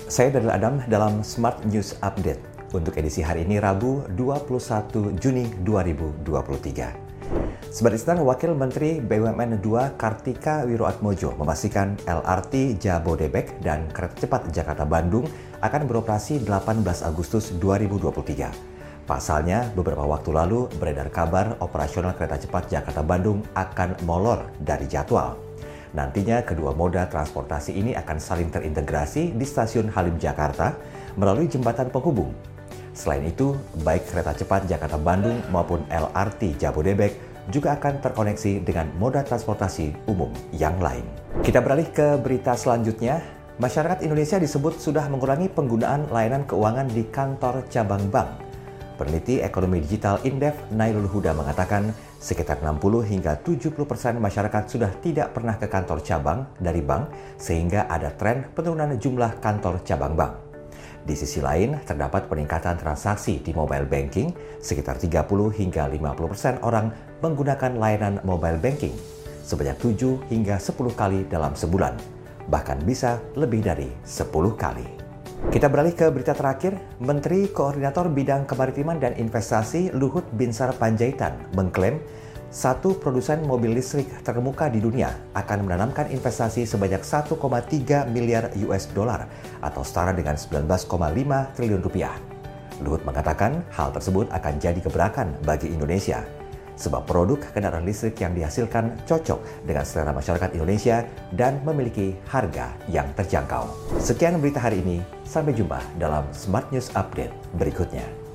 Saya Daniel Adam dalam Smart News Update untuk edisi hari ini Rabu 21 Juni 2023. Sobat Instan, Wakil Menteri BUMN 2 Kartika Wiroatmojo memastikan LRT Jabodebek dan Kereta Cepat Jakarta-Bandung akan beroperasi 18 Agustus 2023. Pasalnya, beberapa waktu lalu beredar kabar operasional kereta cepat Jakarta-Bandung akan molor dari jadwal. Nantinya kedua moda transportasi ini akan saling terintegrasi di Stasiun Halim Jakarta melalui jembatan penghubung. Selain itu, baik kereta cepat Jakarta-Bandung maupun LRT Jabodebek juga akan terkoneksi dengan moda transportasi umum yang lain. Kita beralih ke berita selanjutnya. Masyarakat Indonesia disebut sudah mengurangi penggunaan layanan keuangan di kantor cabang bank. Peneliti ekonomi digital Indef Nailul Huda mengatakan sekitar 60 hingga 70% masyarakat sudah tidak pernah ke kantor cabang dari bank sehingga ada tren penurunan jumlah kantor cabang bank. Di sisi lain, terdapat peningkatan transaksi di mobile banking, sekitar 30 hingga 50% orang menggunakan layanan mobile banking, sebanyak 7 hingga 10 kali dalam sebulan, bahkan bisa lebih dari 10 kali. Kita beralih ke berita terakhir. Menteri Koordinator Bidang Kemaritiman dan Investasi Luhut Binsar Panjaitan mengklaim satu produsen mobil listrik terkemuka di dunia akan menanamkan investasi sebanyak 1,3 miliar US dollar atau setara dengan 19,5 triliun rupiah. Luhut mengatakan hal tersebut akan jadi gebrakan bagi Indonesia sebab produk kendaraan listrik yang dihasilkan cocok dengan selera masyarakat Indonesia dan memiliki harga yang terjangkau. Sekian berita hari ini, sampai jumpa dalam Smart News Update berikutnya.